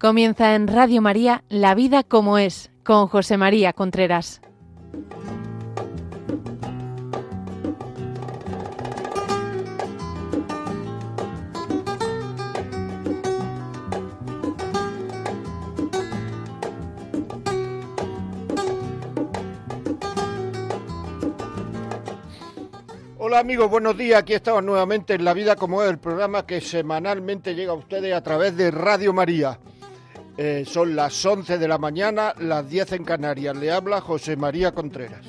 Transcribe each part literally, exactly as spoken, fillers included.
Comienza en Radio María, La vida como es, con José María Contreras. Hola amigos, buenos días. Aquí estamos nuevamente en La vida como es, el programa que semanalmente llega a ustedes a través de Radio María. Eh, son las once de la mañana, las diez en Canarias. Le habla José María Contreras.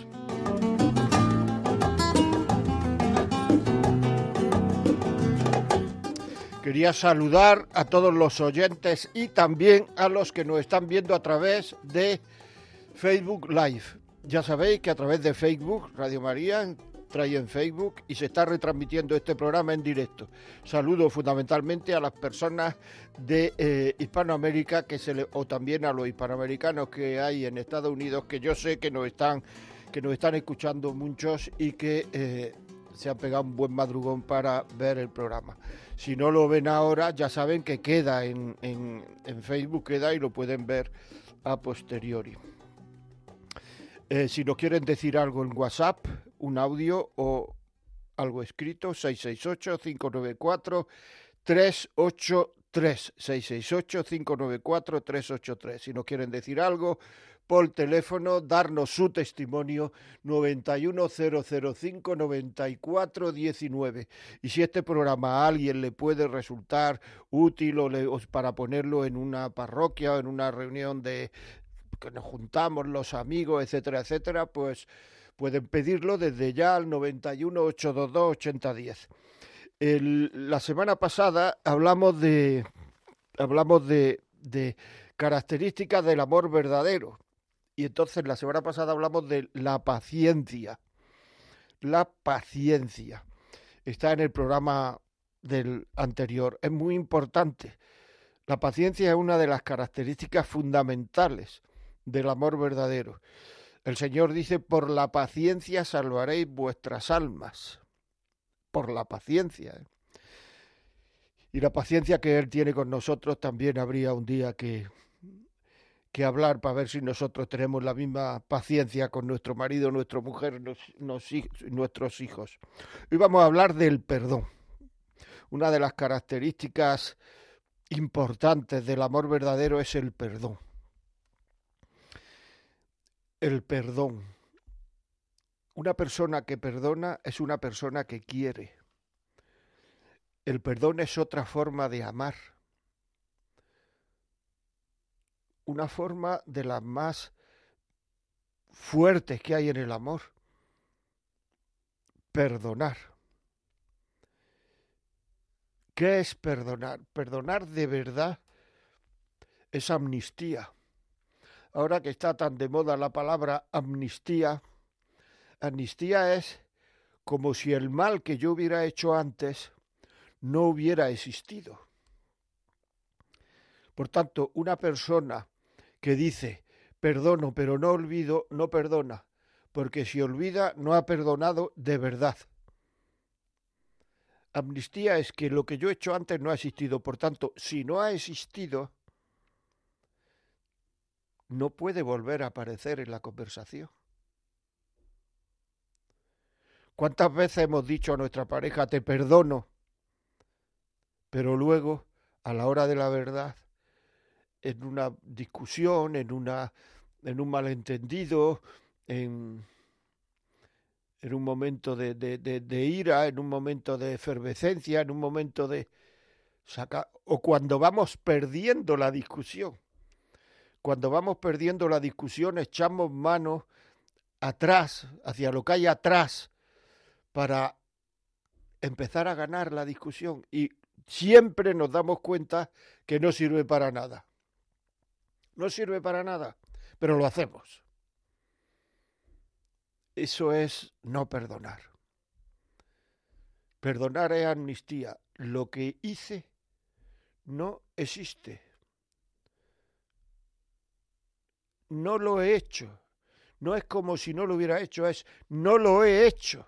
Quería saludar a todos los oyentes y también a los que nos están viendo a través de Facebook Live. Ya sabéis que a través de Facebook, Radio María trae en Facebook y se está retransmitiendo este programa en directo. Saludo fundamentalmente a las personas de eh, Hispanoamérica que se le, o también a los hispanoamericanos que hay en Estados Unidos, que yo sé que nos están, que nos están escuchando muchos y que eh, se han pegado un buen madrugón para ver el programa. Si no lo ven ahora, ya saben que queda en, en, en Facebook, queda y lo pueden ver a posteriori. Eh, si nos quieren decir algo en WhatsApp, un audio o algo escrito, seis seis ocho, cinco nueve cuatro, tres ocho tres, seis seis ocho, cinco nueve cuatro, tres ocho tres. Si nos quieren decir algo, por teléfono, darnos su testimonio, noventa y uno cero cero cinco, noventa y cuatro diecinueve. Y si este programa a alguien le puede resultar útil o, le, o para ponerlo en una parroquia o en una reunión de que nos juntamos los amigos, etcétera, etcétera, pues pueden pedirlo desde ya al noventa y uno, ochocientos veintidós, ochenta diez. El, la semana pasada hablamos de hablamos de, de características del amor verdadero. Y entonces la semana pasada hablamos de la paciencia. La paciencia. Está en el programa del anterior. Es muy importante. La paciencia es una de las características fundamentales del amor verdadero. El Señor dice, por la paciencia salvaréis vuestras almas. Por la paciencia. ¿eh? Y la paciencia que Él tiene con nosotros también habría un día que, que hablar para ver si nosotros tenemos la misma paciencia con nuestro marido, nuestra mujer, nos, nos, nuestros hijos. Hoy vamos a hablar del perdón. Una de las características importantes del amor verdadero es el perdón. El perdón. Una persona que perdona es una persona que quiere. El perdón es otra forma de amar. Una forma de las más fuertes que hay en el amor. Perdonar. ¿Qué es perdonar? Perdonar de verdad es amnistía. Ahora que está tan de moda la palabra amnistía, amnistía es como si el mal que yo hubiera hecho antes no hubiera existido. Por tanto, una persona que dice, perdono pero no olvido, no perdona, porque si olvida no ha perdonado de verdad. Amnistía es que lo que yo he hecho antes no ha existido, por tanto, si no ha existido, no puede volver a aparecer en la conversación. ¿Cuántas veces hemos dicho a nuestra pareja, te perdono? Pero luego, a la hora de la verdad, en una discusión, en, una, en un malentendido, en, en un momento de, de, de, de ira, en un momento de efervescencia, en un momento de sacar, o cuando vamos perdiendo la discusión. Cuando vamos perdiendo la discusión, echamos manos atrás, hacia lo que hay atrás, para empezar a ganar la discusión. Y siempre nos damos cuenta que no sirve para nada. No sirve para nada, pero lo hacemos. Eso es no perdonar. Perdonar es amnistía. Lo que hice no existe. No lo he hecho. No es como si no lo hubiera hecho, es no lo he hecho.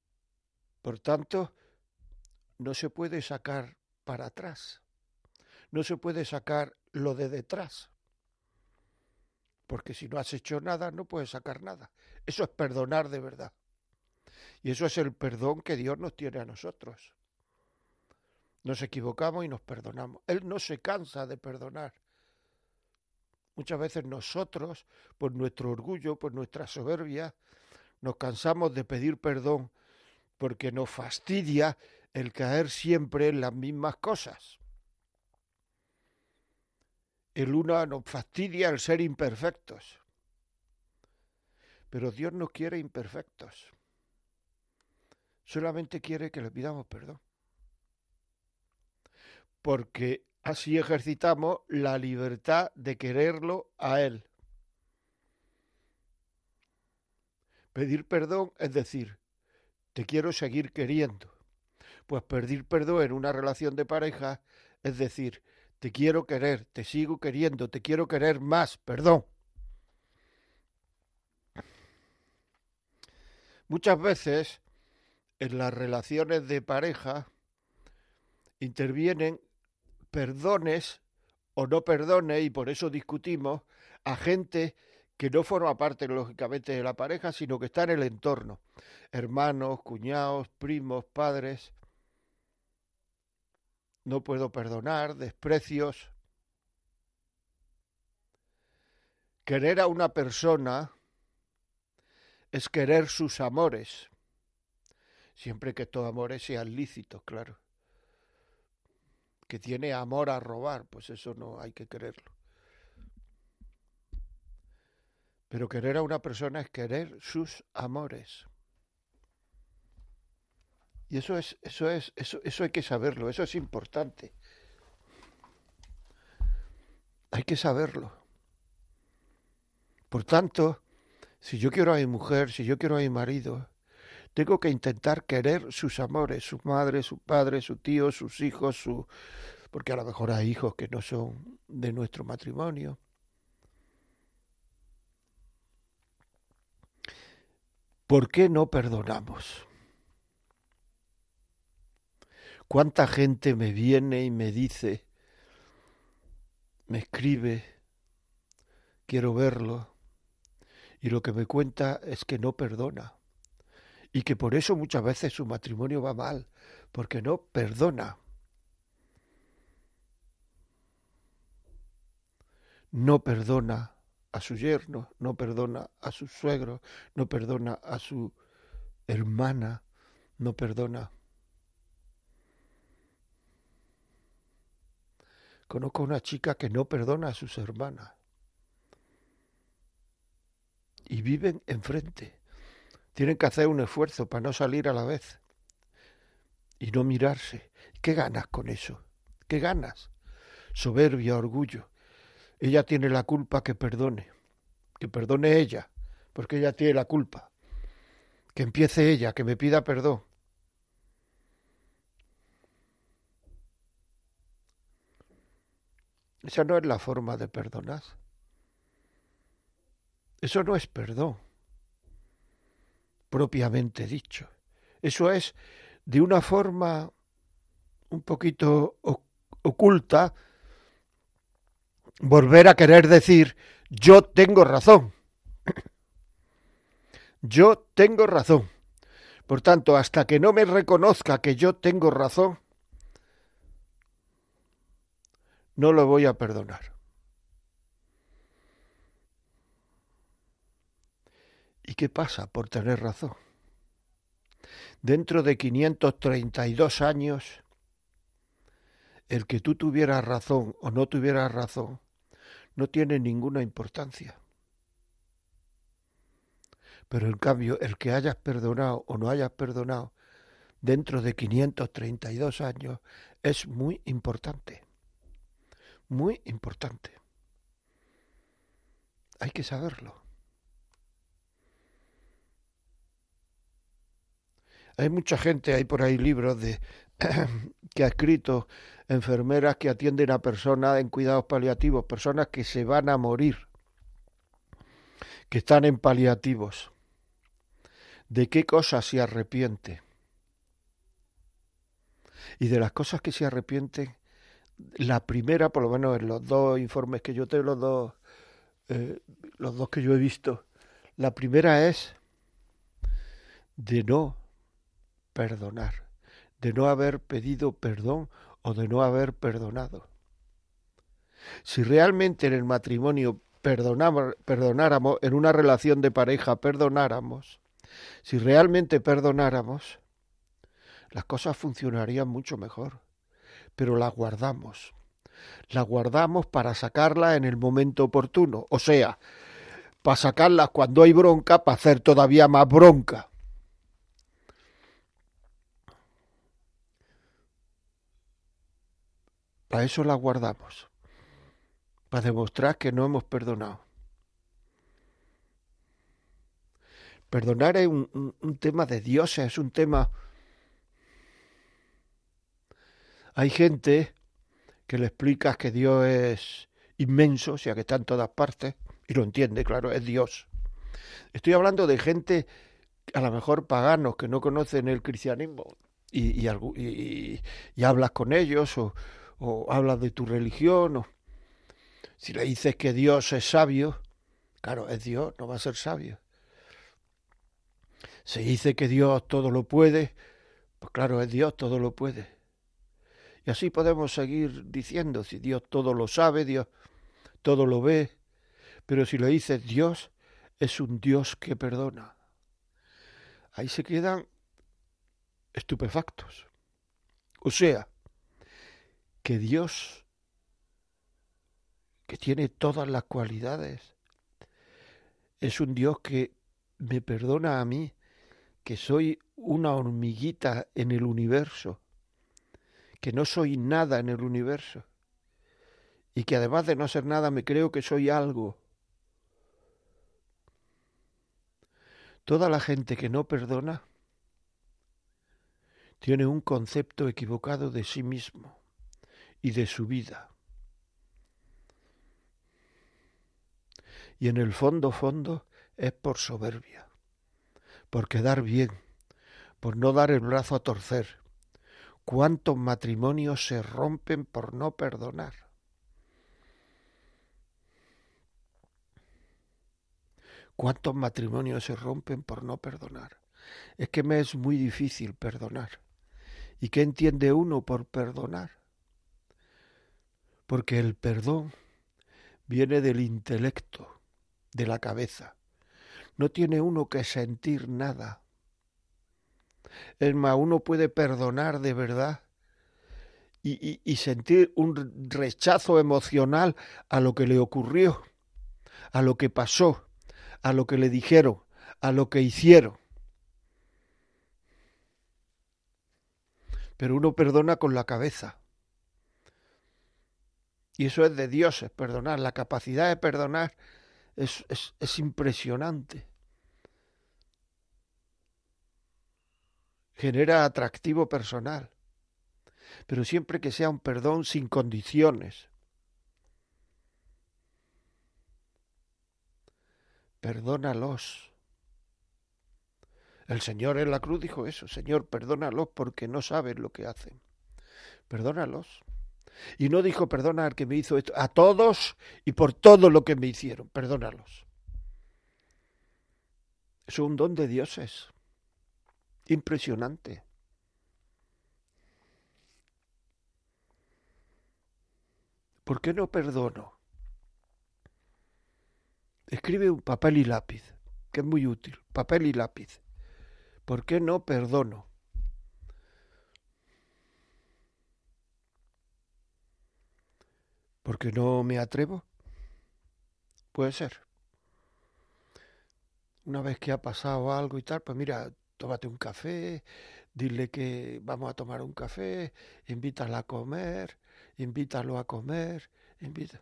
Por tanto, no se puede sacar para atrás. no se puede sacar lo de detrás. Porque si no has hecho nada, no puedes sacar nada. Eso es perdonar de verdad. Y eso es el perdón que Dios nos tiene a nosotros. Nos equivocamos y nos perdonamos. Él no se cansa de perdonar. Muchas veces nosotros, por nuestro orgullo, por nuestra soberbia, nos cansamos de pedir perdón porque nos fastidia el caer siempre en las mismas cosas. El uno nos fastidia el ser imperfectos. Pero Dios no quiere imperfectos. Solamente quiere que le pidamos perdón. Porque así ejercitamos la libertad de quererlo a Él. Pedir perdón es decir, te quiero seguir queriendo. Pues pedir perdón en una relación de pareja es decir, te quiero querer, te sigo queriendo, te quiero querer más, perdón. Muchas veces en las relaciones de pareja intervienen perdones o no perdones, y por eso discutimos, a gente que no forma parte, lógicamente, de la pareja, sino que está en el entorno. Hermanos, cuñados, primos, padres. No puedo perdonar, desprecios. Querer a una persona es querer sus amores, siempre que estos amores sean lícitos, claro. Que tiene amor a robar, pues eso no hay que quererlo. Pero querer a una persona es querer sus amores. Y eso es, eso es, eso, eso hay que saberlo, eso es importante. Hay que saberlo. Por tanto, si yo quiero a mi mujer, si yo quiero a mi marido, tengo que intentar querer sus amores, su madre, su padre, su tío, sus hijos, su... porque a lo mejor hay hijos que no son de nuestro matrimonio. ¿Por qué no perdonamos? ¿Cuánta gente me viene y me dice, me escribe, quiero verlo, y lo que me cuenta es que no perdona, y que por eso muchas veces su matrimonio va mal, porque no perdona. No perdona a su yerno, no perdona a su suegro, no perdona a su hermana, no perdona. Conozco a una chica que no perdona a sus hermanas. Y viven enfrente. Tienen que hacer un esfuerzo para no salir a la vez. Y no mirarse. ¿Qué ganas con eso? ¿Qué ganas? Soberbia, orgullo. Ella tiene la culpa, que perdone. Que perdone ella, porque ella tiene la culpa. Que empiece ella, que me pida perdón. Esa no es la forma de perdonar. Eso no es perdón, propiamente dicho. Eso es de una forma un poquito oculta volver a querer decir, yo tengo razón. Yo tengo razón. Por tanto, hasta que no me reconozca que yo tengo razón, no lo voy a perdonar. ¿Y qué pasa por tener razón? Dentro de quinientos treinta y dos años, el que tú tuvieras razón o no tuvieras razón no tiene ninguna importancia. Pero en cambio, el que hayas perdonado o no hayas perdonado dentro de quinientos treinta y dos años es muy importante. Muy importante. Hay que saberlo. Hay mucha gente, hay por ahí libros de que ha escrito enfermeras que atienden a personas en cuidados paliativos, personas que se van a morir, que están en paliativos. ¿De qué cosas se arrepiente? Y de las cosas que se arrepienten, La primera, por lo menos en los dos informes que yo tengo, los dos, eh, los dos que yo he visto, la primera es de no perdonar, de no haber pedido perdón o de no haber perdonado. Si realmente en el matrimonio perdonamos, perdonáramos, en una relación de pareja perdonáramos, si realmente perdonáramos, las cosas funcionarían mucho mejor. Pero las guardamos. Las guardamos para sacarlas en el momento oportuno. O sea, para sacarlas cuando hay bronca, para hacer todavía más bronca. Para eso las guardamos. Para demostrar que no hemos perdonado. Perdonar es un, un, un tema de dioses, es un tema... Hay gente que le explicas que Dios es inmenso, o sea que está en todas partes, y lo entiende, claro, es Dios. Estoy hablando de gente, a lo mejor paganos, que no conocen el cristianismo, y, y, y, y hablas con ellos, o, o hablas de tu religión, o si le dices que Dios es sabio, claro, es Dios, no va a ser sabio. Se dice que Dios todo lo puede, pues claro, es Dios, todo lo puede. Y así podemos seguir diciendo, si Dios todo lo sabe, Dios todo lo ve, pero si le dices Dios, es un Dios que perdona. Ahí se quedan estupefactos. O sea, que Dios, que tiene todas las cualidades, es un Dios que me perdona a mí, que soy una hormiguita en el universo, que no soy nada en el universo, y que además de no ser nada me creo que soy algo. Toda la gente que no perdona tiene un concepto equivocado de sí mismo y de su vida. Y en el fondo, fondo, es por soberbia, por quedar bien, por no dar el brazo a torcer. ¿Cuántos matrimonios se rompen por no perdonar? ¿Cuántos matrimonios se rompen por no perdonar? Es que me es muy difícil perdonar. ¿Y qué entiende uno por perdonar? Porque el perdón viene del intelecto, de la cabeza. No tiene uno que sentir nada. Es más, uno puede perdonar de verdad y, y, y sentir un rechazo emocional a lo que le ocurrió, a lo que pasó, a lo que le dijeron, a lo que hicieron. Pero uno perdona con la cabeza. Y eso es de dioses, perdonar. La capacidad de perdonar es, es, es impresionante. Genera atractivo personal. Pero siempre que sea un perdón sin condiciones. Perdónalos. El Señor en la cruz dijo eso. Señor, perdónalos porque no saben lo que hacen. Perdónalos. Y no dijo perdona al que me hizo esto, a todos y por todo lo que me hicieron, perdónalos. Es un don de dioses, impresionante. ¿Por qué no perdono? Escribe un papel y lápiz, que es muy útil, papel y lápiz. ¿Por qué no perdono? ¿Porque no me atrevo? Puede ser. Una vez que ha pasado algo y tal, pues mira, tómate un café, dile que vamos a tomar un café, invítala a comer, invítalo a comer, invita.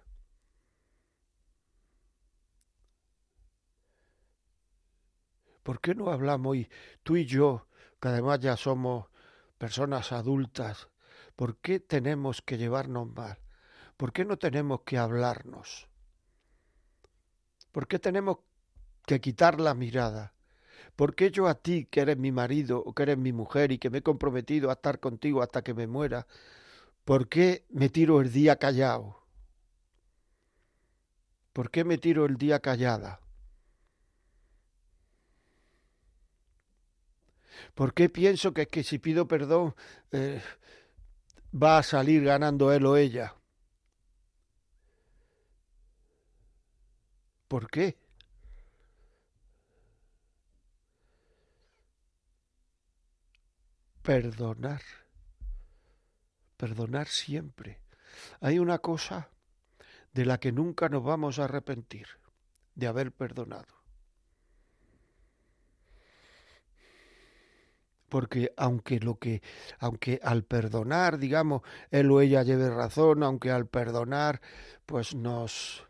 ¿Por qué no hablamos y tú y yo, que además ya somos personas adultas, por qué tenemos que llevarnos mal? ¿Por qué no tenemos que hablarnos? ¿Por qué tenemos que quitar la mirada? ¿Por qué yo a ti, que eres mi marido o que eres mi mujer y que me he comprometido a estar contigo hasta que me muera, ¿Por qué me tiro el día callado? ¿Por qué me tiro el día callada? ¿Por qué pienso que es que si pido perdón eh, va a salir ganando él o ella? ¿Por qué? Perdonar. Perdonar siempre. Hay una cosa de la que nunca nos vamos a arrepentir, de haber perdonado. Porque aunque lo que, aunque al perdonar, digamos, él o ella lleve razón, aunque al perdonar, pues nos,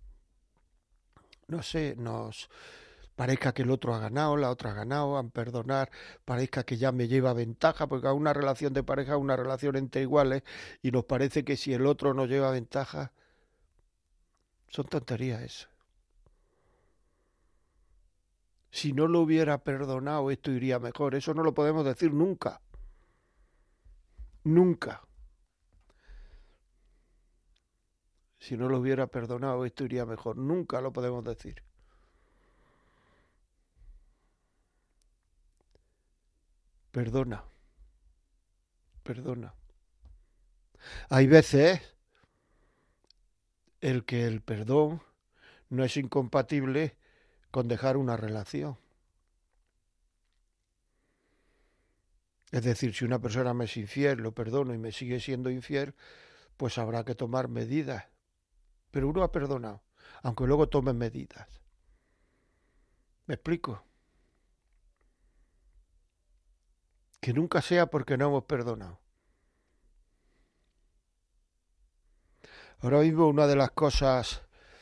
no sé, nos parezca que el otro ha ganado, la otra ha ganado, al perdonar parezca que ya me lleva ventaja, porque una relación de pareja es una relación entre iguales y nos parece que si el otro nos lleva ventaja, son tonterías eso. Si no lo hubiera perdonado, esto iría mejor. Eso no lo podemos decir nunca. Nunca. Si no lo hubiera perdonado, esto iría mejor. Nunca lo podemos decir. Perdona. Perdona. Hay veces el que el perdón no es incompatible con dejar una relación. Es decir, si una persona me es infiel, lo perdono y me sigue siendo infiel, pues habrá que tomar medidas. Pero uno ha perdonado, aunque luego tome medidas. ¿Me explico? Que nunca sea porque no hemos perdonado. Ahora mismo una de las cosas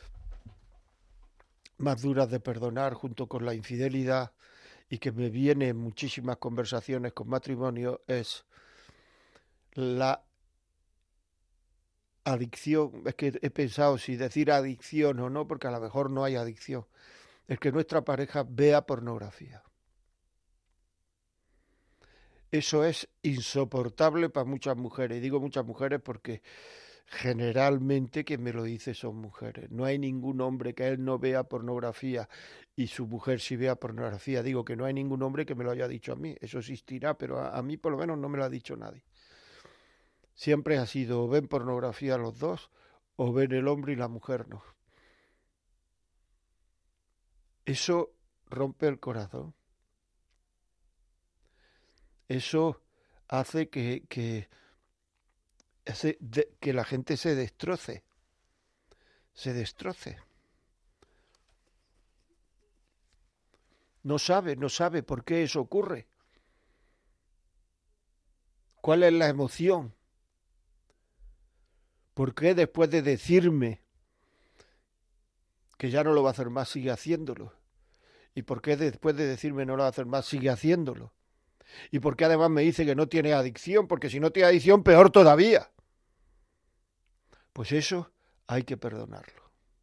más duras de perdonar junto con la infidelidad y que me viene en muchísimas conversaciones con matrimonio es la adicción. Es que he pensado si decir adicción o no, porque a lo mejor no hay adicción. Es que nuestra pareja vea pornografía. Eso es insoportable para muchas mujeres. Y digo muchas mujeres porque generalmente quien me lo dice son mujeres. No hay ningún hombre que él no vea pornografía y su mujer sí vea pornografía. Digo que no hay ningún hombre que me lo haya dicho a mí. Eso existirá, pero a, a mí por lo menos no me lo ha dicho nadie. Siempre ha sido o ven pornografía los dos o ven el hombre y la mujer no. Eso rompe el corazón. Eso hace que, que, hace de, que la gente se destroce. Se destroce. No sabe, no sabe por qué eso ocurre. ¿Cuál es la emoción? ¿Por qué después de decirme que ya no lo va a hacer más, sigue haciéndolo? ¿Y por qué después de decirme no lo va a hacer más, sigue haciéndolo? ¿Y por qué además me dice que no tiene adicción? Porque si no tiene adicción, peor todavía. Pues eso hay que perdonarlo.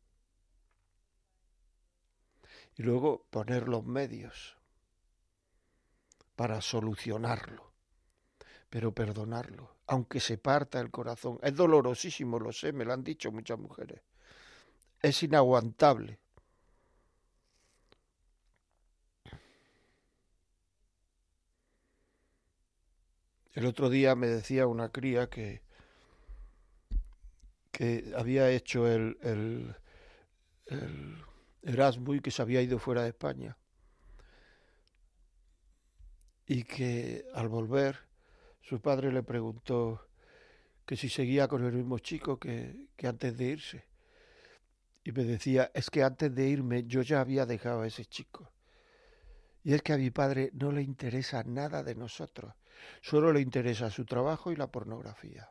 Y luego poner los medios para solucionarlo. Pero perdonarlo, aunque se parta el corazón. Es dolorosísimo, lo sé, me lo han dicho muchas mujeres. Es inaguantable. El otro día me decía una cría que, que había hecho el, el, el Erasmus y que se había ido fuera de España. Y que al volver su padre le preguntó que si seguía con el mismo chico que, que antes de irse. Y me decía, es que antes de irme yo ya había dejado a ese chico. Y es que a mi padre no le interesa nada de nosotros. Solo le interesa su trabajo y la pornografía.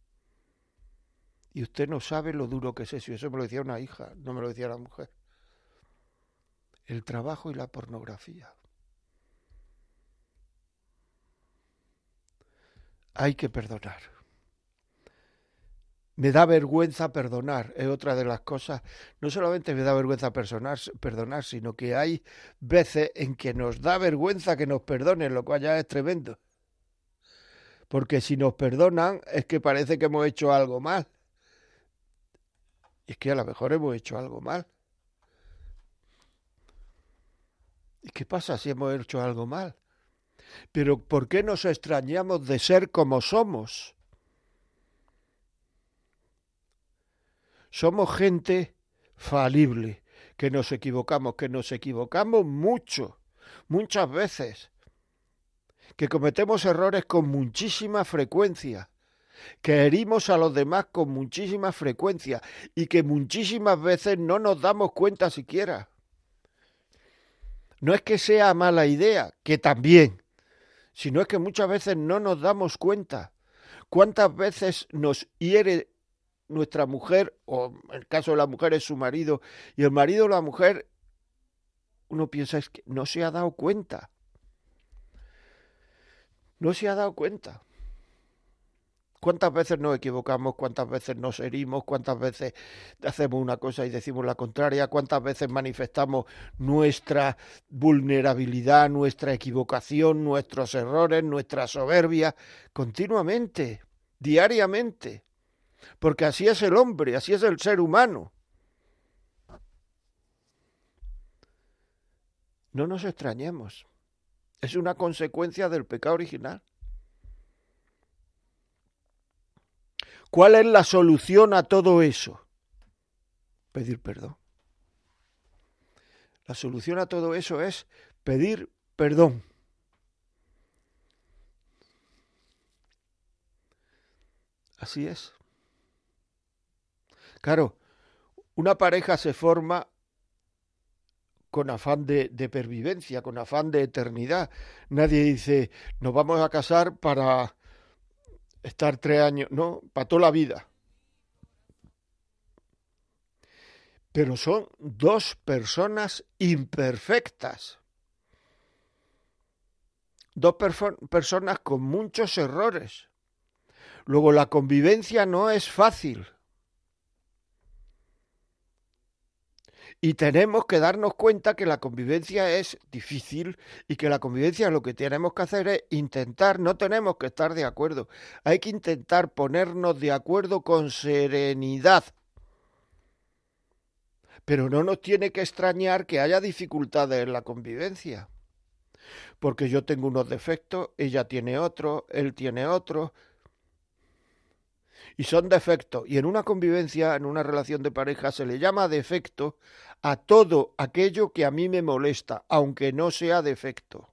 Y usted no sabe lo duro que es eso. Y eso me lo decía una hija, no me lo decía la mujer. El trabajo y la pornografía. Hay que perdonar. Me da vergüenza perdonar, es otra de las cosas. No solamente me da vergüenza personar, perdonar, sino que hay veces en que nos da vergüenza que nos perdonen, lo cual ya es tremendo. porque si nos perdonan es que parece que hemos hecho algo mal. Y es que a lo mejor hemos hecho algo mal. ¿Y qué pasa si hemos hecho algo mal? Pero ¿por qué nos extrañamos de ser como somos? Somos gente falible, que nos equivocamos, que nos equivocamos mucho, muchas veces, que cometemos errores con muchísima frecuencia, que herimos a los demás con muchísima frecuencia y que muchísimas veces no nos damos cuenta siquiera. No es que sea mala idea, que también, sino es que muchas veces no nos damos cuenta. ¿Cuántas veces nos hiere nuestra mujer, o en el caso de la mujer es su marido, y el marido o la mujer, uno piensa es que no se ha dado cuenta? No se ha dado cuenta. ¿Cuántas veces nos equivocamos? ¿Cuántas veces nos herimos? ¿Cuántas veces hacemos una cosa y decimos la contraria? ¿Cuántas veces manifestamos nuestra vulnerabilidad, nuestra equivocación, nuestros errores, nuestra soberbia? Continuamente, diariamente. Porque así es el hombre, así es el ser humano. No nos extrañemos. Es una consecuencia del pecado original. ¿Cuál es la solución a todo eso? Pedir perdón. La solución a todo eso es pedir perdón. Así es. Claro, una pareja se forma con afán de, de pervivencia, con afán de eternidad. Nadie dice, nos vamos a casar para estar tres años, no, para toda la vida. Pero son dos personas imperfectas. Dos perso- personas con muchos errores. Luego, la convivencia no es fácil. Y tenemos que darnos cuenta que la convivencia es difícil y que la convivencia lo que tenemos que hacer es intentar, no tenemos que estar de acuerdo, hay que intentar ponernos de acuerdo con serenidad. Pero no nos tiene que extrañar que haya dificultades en la convivencia. Porque yo tengo unos defectos, ella tiene otros, él tiene otros. Y son defectos. Y en una convivencia, en una relación de pareja, se le llama defecto a todo aquello que a mí me molesta, aunque no sea defecto.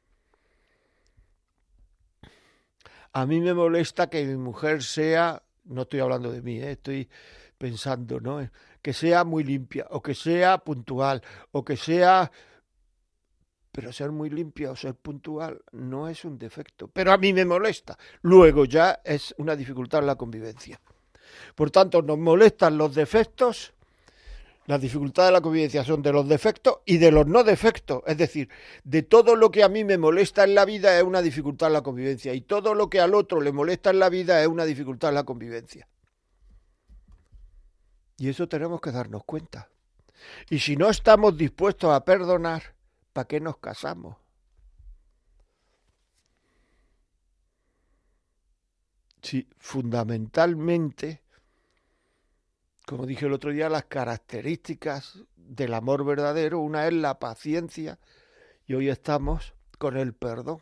A mí me molesta que mi mujer sea, no estoy hablando de mí, ¿eh? Estoy pensando, ¿no? Que sea muy limpia, o que sea puntual, o que sea... Pero ser muy limpia o ser puntual no es un defecto, pero a mí me molesta. Luego ya es una dificultad en la convivencia. Por tanto, nos molestan los defectos, las dificultades de la convivencia son de los defectos y de los no defectos. Es decir, de todo lo que a mí me molesta en la vida es una dificultad en la convivencia y todo lo que al otro le molesta en la vida es una dificultad en la convivencia. Y eso tenemos que darnos cuenta. Y si no estamos dispuestos a perdonar, ¿para qué nos casamos? Sí, fundamentalmente, como dije el otro día, las características del amor verdadero, una es la paciencia y hoy estamos con el perdón.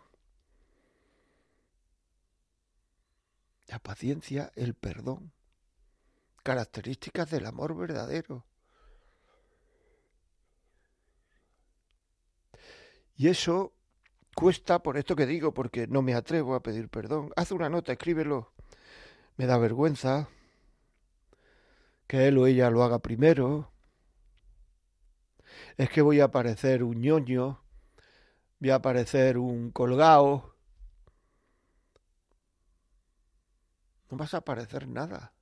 La paciencia, el perdón, características del amor verdadero. Y eso cuesta, por esto que digo, porque no me atrevo a pedir perdón. Haz una nota, escríbelo. Me da vergüenza que él o ella lo haga primero. Es que voy a parecer un ñoño, voy a parecer un colgao. No vas a parecer nada.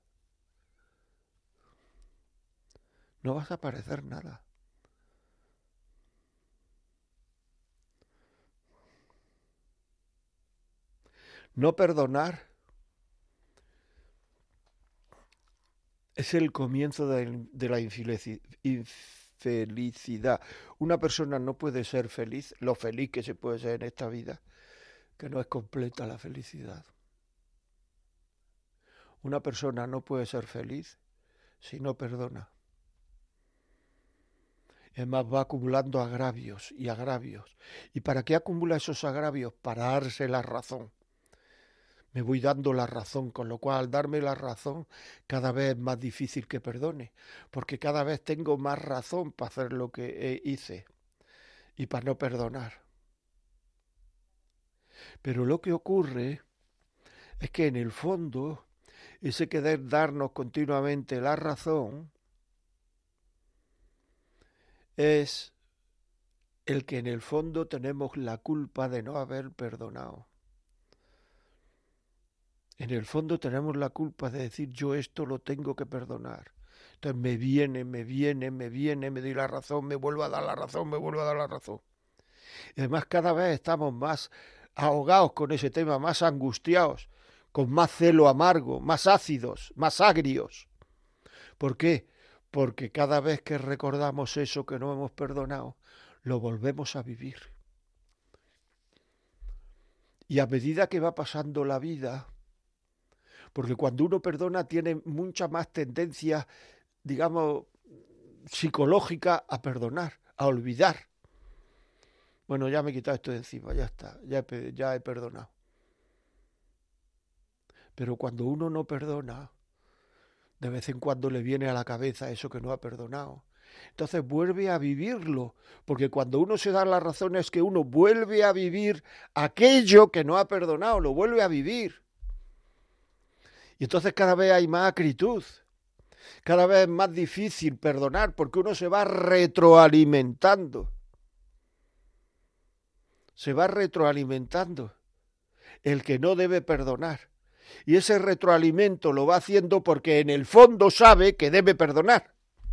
No vas a parecer nada. No perdonar es el comienzo de, de la infelicidad. Una persona no puede ser feliz, lo feliz que se puede ser en esta vida, que no es completa la felicidad. Una persona no puede ser feliz si no perdona. Además va acumulando agravios y agravios. ¿Y para qué acumula esos agravios? Para darse la razón. Me voy dando la razón, con lo cual al darme la razón cada vez es más difícil que perdone, porque cada vez tengo más razón para hacer lo que hice y para no perdonar. Pero lo que ocurre es que en el fondo ese querer darnos continuamente la razón es el que en el fondo tenemos la culpa de no haber perdonado. En el fondo tenemos la culpa de decir yo esto lo tengo que perdonar. Entonces me viene, me viene, me viene, me doy la razón, me vuelvo a dar la razón, me vuelvo a dar la razón. Y además cada vez estamos más ahogados con ese tema, más angustiados, con más celo amargo, más ácidos, más agrios. ¿Por qué? Porque cada vez que recordamos eso que no hemos perdonado, lo volvemos a vivir. Y a medida que va pasando la vida, porque cuando uno perdona tiene mucha más tendencia, digamos, psicológica a perdonar, a olvidar. Bueno, ya me he quitado esto de encima, ya está, ya he, ya he perdonado. Pero cuando uno no perdona, de vez en cuando le viene a la cabeza eso que no ha perdonado. Entonces vuelve a vivirlo, porque cuando uno se da la razón es que uno vuelve a vivir aquello que no ha perdonado, lo vuelve a vivir. Y entonces cada vez hay más acritud, cada vez es más difícil perdonar, porque uno se va retroalimentando. Se va retroalimentando el que no debe perdonar. Y ese retroalimento lo va haciendo porque en el fondo sabe que debe perdonar.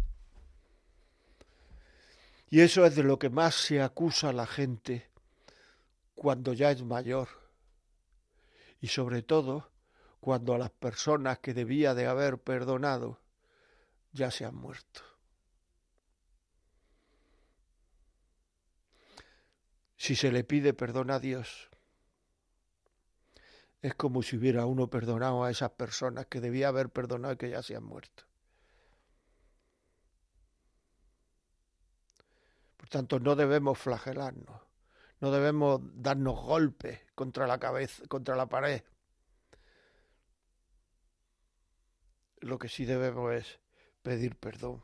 Y eso es de lo que más se acusa a la gente cuando ya es mayor. Y sobre todo cuando a las personas que debía de haber perdonado ya se han muerto. Si se le pide perdón a Dios, es como si hubiera uno perdonado a esas personas que debía haber perdonado y que ya se han muerto. Por tanto, no debemos flagelarnos, no debemos darnos golpes contra la cabeza, contra la pared. Lo que sí debemos es pedir perdón.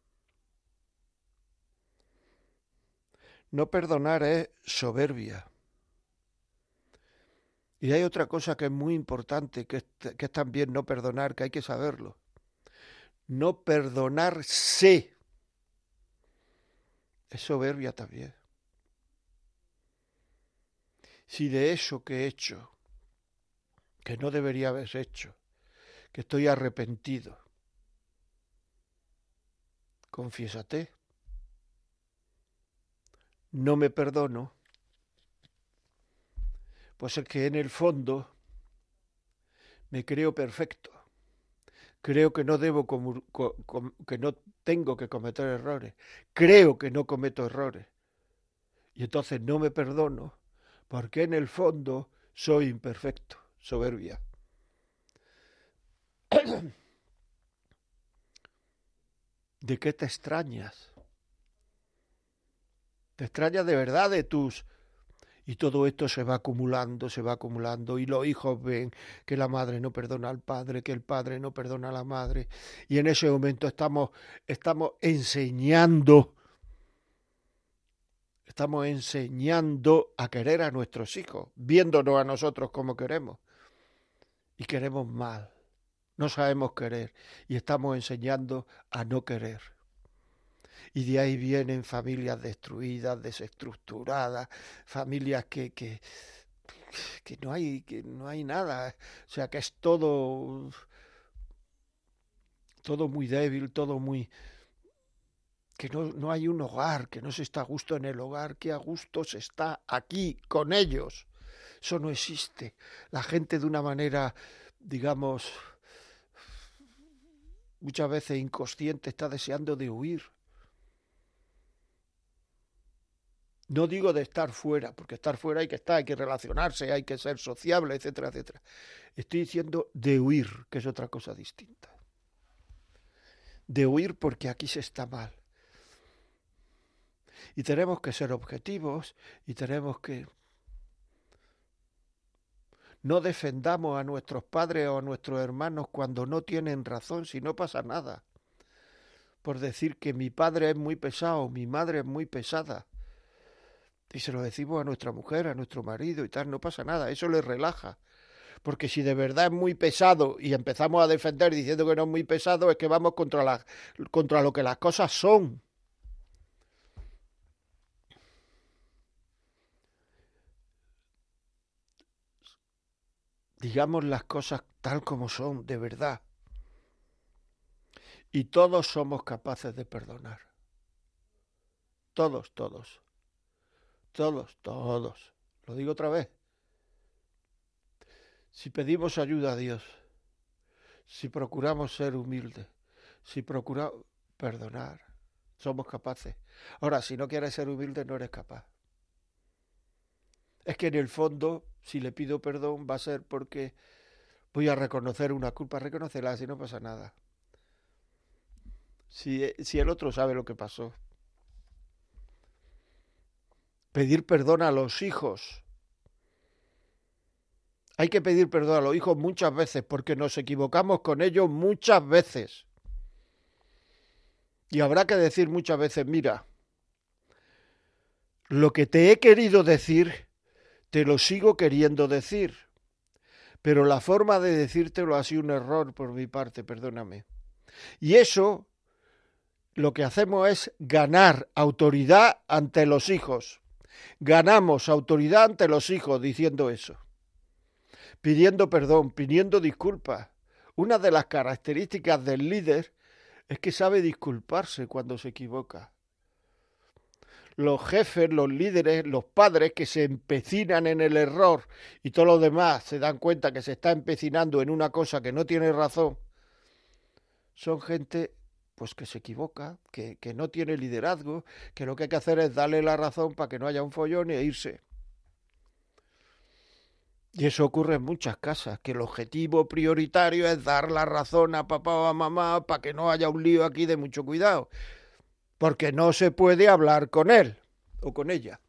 No perdonar es soberbia. Y hay otra cosa que es muy importante, que es, que es también no perdonar, que hay que saberlo. No perdonarse es soberbia también. Si de eso que he hecho, que no debería haber hecho, que estoy arrepentido, confiésate, no me perdono, pues es que en el fondo me creo perfecto. Creo que no debo, com, com, que no tengo que cometer errores. Creo que no cometo errores. Y entonces no me perdono porque en el fondo soy imperfecto, soberbia. ¿De qué te extrañas? ¿Te extrañas de verdad de tus... Y todo esto se va acumulando, se va acumulando, y los hijos ven que la madre no perdona al padre, que el padre no perdona a la madre, y en ese momento estamos, estamos enseñando, estamos enseñando a querer a nuestros hijos, viéndonos a nosotros como queremos, y queremos mal, no sabemos querer, y estamos enseñando a no querer. Y de ahí vienen familias destruidas, desestructuradas, familias que, que, que, no hay, que no hay nada. O sea, que es todo, todo muy débil, todo muy... que no, no hay un hogar, que no se está a gusto en el hogar, que a gusto se está aquí, con ellos. Eso no existe. La gente de una manera, digamos, muchas veces inconsciente, está deseando de huir. No digo de estar fuera, porque estar fuera hay que estar, hay que relacionarse, hay que ser sociable, etcétera, etcétera. Estoy diciendo de huir, que es otra cosa distinta. De huir porque aquí se está mal. Y tenemos que ser objetivos y tenemos que... No defendamos a nuestros padres o a nuestros hermanos cuando no tienen razón, si no pasa nada. Por decir que mi padre es muy pesado, mi madre es muy pesada. Y se lo decimos a nuestra mujer, a nuestro marido y tal, no pasa nada, eso les relaja. Porque si de verdad es muy pesado y empezamos a defender diciendo que no es muy pesado, es que vamos contra, la, contra lo que las cosas son. Digamos las cosas tal como son, de verdad. Y todos somos capaces de perdonar. Todos, todos. Todos, todos. Lo digo otra vez. Si pedimos ayuda a Dios, si procuramos ser humildes, si procuramos perdonar, somos capaces. Ahora, si no quieres ser humilde, no eres capaz. Es que en el fondo, si le pido perdón, va a ser porque voy a reconocer una culpa, reconocerla, si no pasa nada. Si, si el otro sabe lo que pasó. Pedir perdón a los hijos. Hay que pedir perdón a los hijos muchas veces porque nos equivocamos con ellos muchas veces. Y habrá que decir muchas veces, mira, lo que te he querido decir, te lo sigo queriendo decir. Pero la forma de decírtelo ha sido un error por mi parte, perdóname. Y eso, lo que hacemos es ganar autoridad ante los hijos. Ganamos autoridad ante los hijos diciendo eso. Pidiendo perdón, pidiendo disculpas. Una de las características del líder es que sabe disculparse cuando se equivoca. Los jefes, los líderes, los padres que se empecinan en el error y todos los demás se dan cuenta que se está empecinando en una cosa que no tiene razón, son gente pues que se equivoca, que, que no tiene liderazgo, que lo que hay que hacer es darle la razón para que no haya un follón e irse. Y eso ocurre en muchas casas, que el objetivo prioritario es dar la razón a papá o a mamá para que no haya un lío aquí de mucho cuidado, porque no se puede hablar con él o con ella.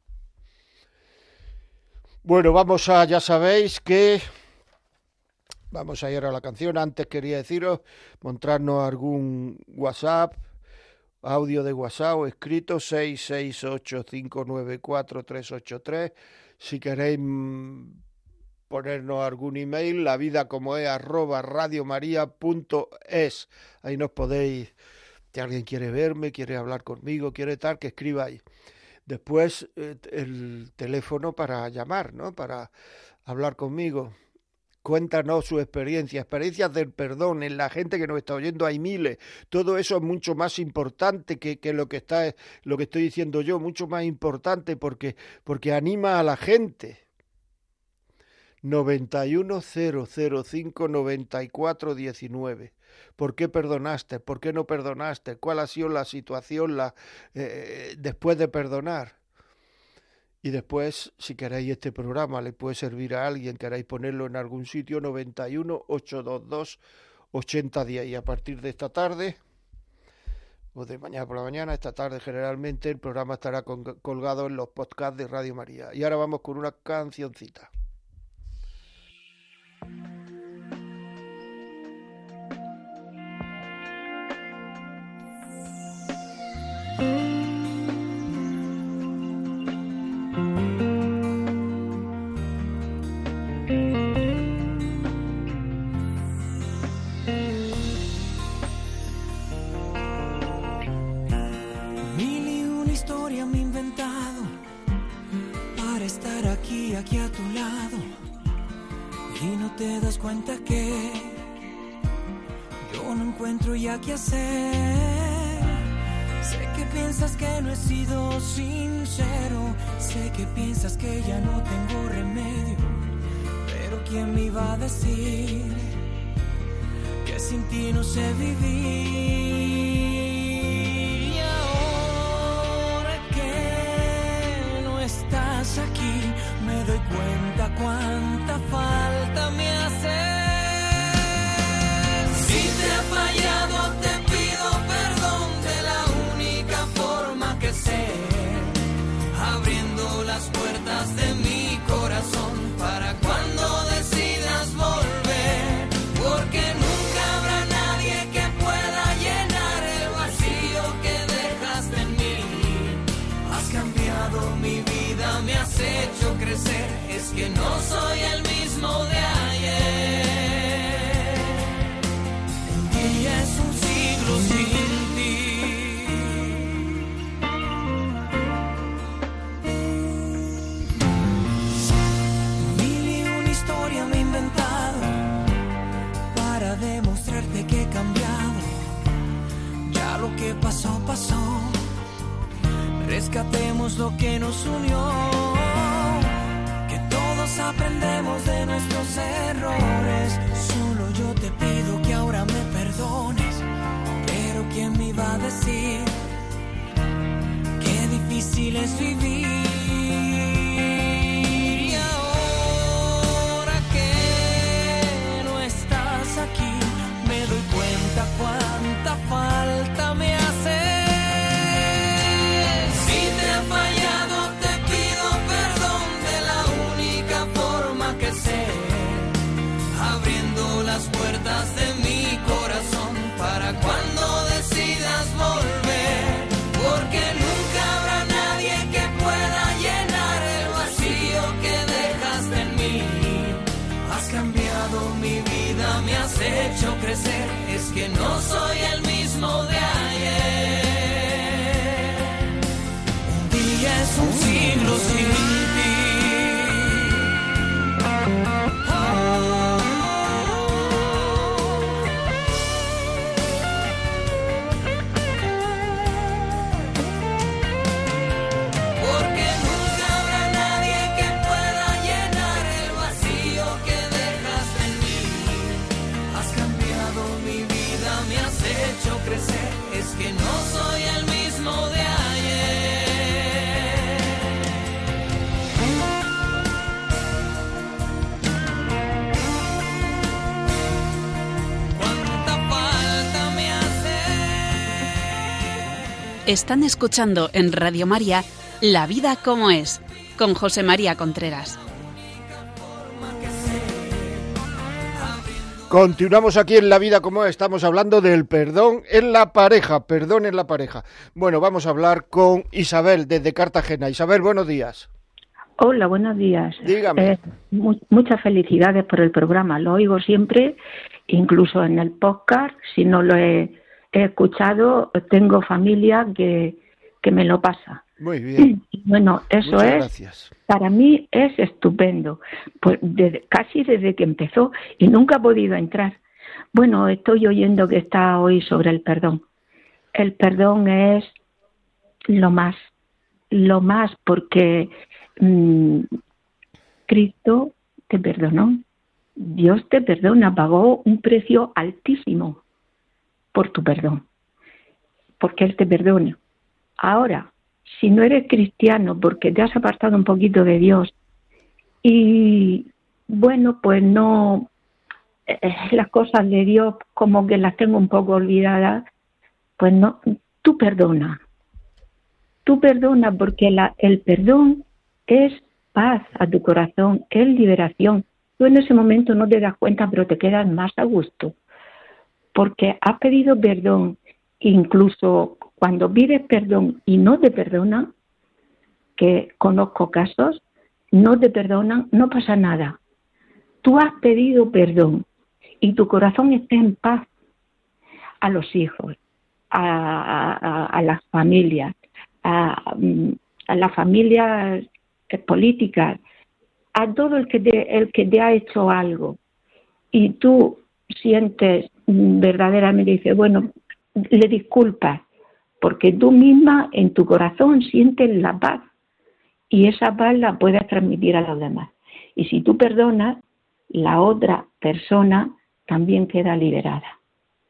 Bueno, vamos a, ya sabéis que vamos a ir a la canción. Antes quería deciros, mostrarnos algún WhatsApp, audio de WhatsApp o escrito seis seis ocho cinco nueve cuatro tres ocho tres. Si queréis ponernos algún email, la vida como es arroba radiomaria punto es. Ahí nos podéis, si alguien quiere verme, quiere hablar conmigo, quiere tal, que escriba ahí. Después eh, el teléfono para llamar, ¿no? Para hablar conmigo. Cuéntanos su experiencia, experiencias del perdón en la gente que nos está oyendo, hay miles. Todo eso es mucho más importante que, que lo que está, lo que estoy diciendo yo, mucho más importante porque, porque anima a la gente. noventa y uno cero cero cinco noventa y cuatro diecinueve. ¿Por qué perdonaste? ¿Por qué no perdonaste? ¿Cuál ha sido la situación la, eh, después de perdonar? Y después, si queréis este programa le puede servir a alguien, queréis ponerlo en algún sitio, noventa y uno ochocientos veintidós ochenta diez. Y a partir de esta tarde, o de mañana por la mañana, esta tarde generalmente, el programa estará colgado en los podcasts de Radio María. Y ahora vamos con una cancioncita. Aquí a tu lado y no te das cuenta que yo no encuentro ya qué hacer. Sé que piensas que no he sido sincero, sé que piensas que ya no tengo remedio, pero ¿quién me iba a decir que sin ti no sé vivir? Y ahora que no es que no soy el mismo de ayer. Un día es un siglo sin ti. Mil y una historia me he inventado para demostrarte que he cambiado. Ya lo que pasó, pasó. Rescatemos lo que nos unió, que todos aprendemos de nuestros errores. Solo yo te pido que ahora me perdones, pero ¿quién me iba a decir qué difícil es vivir? Y ahora que no estás aquí, me doy cuenta cuánta falta me hace. Puertas de mi corazón para cuando decidas volver, porque nunca habrá nadie que pueda llenar el vacío que dejaste en mí. Has cambiado mi vida, me has hecho crecer, es que no soy el mismo de ayer. Un día es un siglo sin ti. Crecer, es que no soy el mismo de ayer. Cuánta falta me hace. Están escuchando en Radio María La vida como es, con José María Contreras. Continuamos aquí en La vida como es. Estamos hablando del perdón en la pareja, perdón en la pareja. Bueno, vamos a hablar con Isabel desde Cartagena. Isabel, buenos días. Hola, buenos días. Dígame. Eh, mu- muchas felicidades por el programa. Lo oigo siempre, incluso en el podcast. Si no lo he, he escuchado, tengo familia que, que me lo pasa. Muy bien. Bueno, eso Muchas es, gracias. Para mí es estupendo, pues desde, casi desde que empezó y nunca ha podido entrar. Bueno, estoy oyendo que está hoy sobre el perdón. El perdón es lo más, lo más porque mmm, Cristo te perdonó. Dios te perdona, pagó un precio altísimo por tu perdón, porque Él te perdona. Ahora, si no eres cristiano porque te has apartado un poquito de Dios y, bueno, pues no, eh, las cosas de Dios como que las tengo un poco olvidadas, pues no, tú perdona. Tú perdona porque la, el perdón es paz a tu corazón, es liberación. Tú en ese momento no te das cuenta, pero te quedas más a gusto porque has pedido perdón. Incluso cuando pides perdón y no te perdonan, que conozco casos, no te perdonan, no pasa nada. Tú has pedido perdón y tu corazón está en paz. A los hijos, a, a, a las familias, a, a las familias políticas, a todo el que te, el que te ha hecho algo y tú sientes verdaderamente, dices, bueno, le disculpas, porque tú misma en tu corazón sientes la paz y esa paz la puedes transmitir a los demás. Y si tú perdonas, la otra persona también queda liberada.